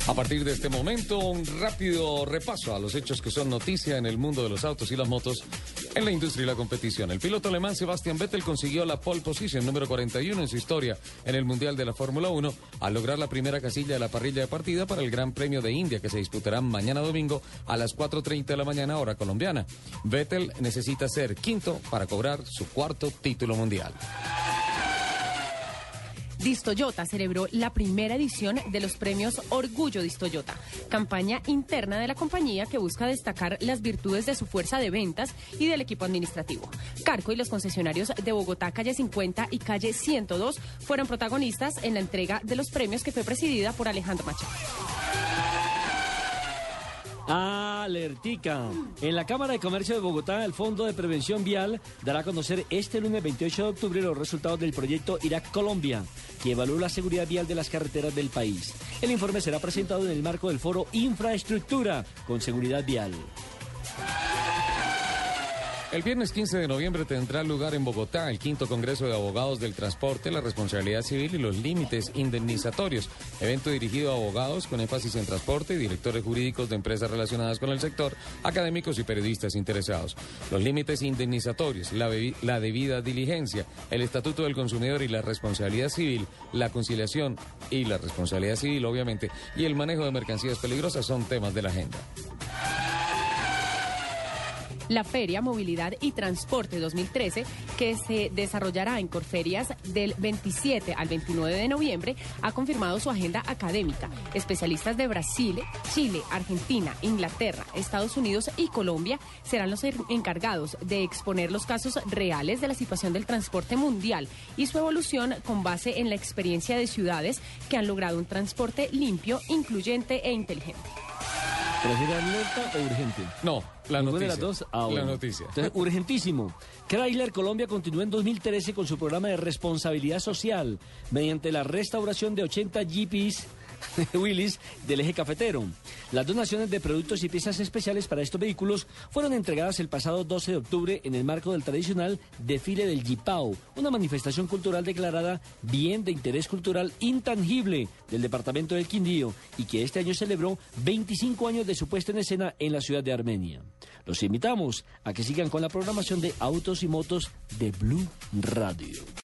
A partir de este momento, un rápido repaso a los hechos que son noticia en el mundo de los autos y las motos en la industria y la competición. El piloto alemán Sebastian Vettel consiguió la pole position número 41 en su historia en el Mundial de la Fórmula 1 al lograr la primera casilla de la parrilla de partida para el Gran Premio de India que se disputará mañana domingo a las 4:30 de la mañana hora colombiana. Vettel necesita ser quinto para cobrar su cuarto título mundial. Distoyota celebró la primera edición de los premios Orgullo Distoyota, campaña interna de la compañía que busca destacar las virtudes de su fuerza de ventas y del equipo administrativo. Carco y los concesionarios de Bogotá, calle 50 y calle 102, fueron protagonistas en la entrega de los premios que fue presidida por Alejandro Machado. Alertica. En la Cámara de Comercio de Bogotá, el Fondo de Prevención Vial dará a conocer este lunes 28 de octubre los resultados del proyecto Irak-Colombia, que evalúa la seguridad vial de las carreteras del país. El informe será presentado en el marco del foro Infraestructura con Seguridad Vial. El viernes 15 de noviembre tendrá lugar en Bogotá el quinto Congreso de Abogados del Transporte, la Responsabilidad Civil y los Límites Indemnizatorios, evento dirigido a abogados con énfasis en transporte, directores jurídicos de empresas relacionadas con el sector, académicos y periodistas interesados. Los límites indemnizatorios, la debida diligencia, el Estatuto del Consumidor y la responsabilidad civil, la conciliación y la responsabilidad civil, obviamente, y el manejo de mercancías peligrosas son temas de la agenda. La Feria Movilidad y Transporte 2013, que se desarrollará en Corferias del 27 al 29 de noviembre, ha confirmado su agenda académica. Especialistas de Brasil, Chile, Argentina, Inglaterra, Estados Unidos y Colombia serán los encargados de exponer los casos reales de la situación del transporte mundial y su evolución con base en la experiencia de ciudades que han logrado un transporte limpio, incluyente e inteligente. ¿Prefiere alerta o urgente? No, la noticia. De las dos? Bueno. La noticia. Entonces, urgentísimo. Chrysler Colombia continúa en 2013 con su programa de responsabilidad social mediante la restauración de 80 Jeeps Willys del eje cafetero. Las donaciones de productos y piezas especiales para estos vehículos fueron entregadas el pasado 12 de octubre en el marco del tradicional desfile del Jipao, una manifestación cultural declarada bien de interés cultural intangible del departamento del Quindío y que este año celebró 25 años de su puesta en escena en la ciudad de Armenia. Los invitamos a que sigan con la programación de Autos y Motos de Blue Radio.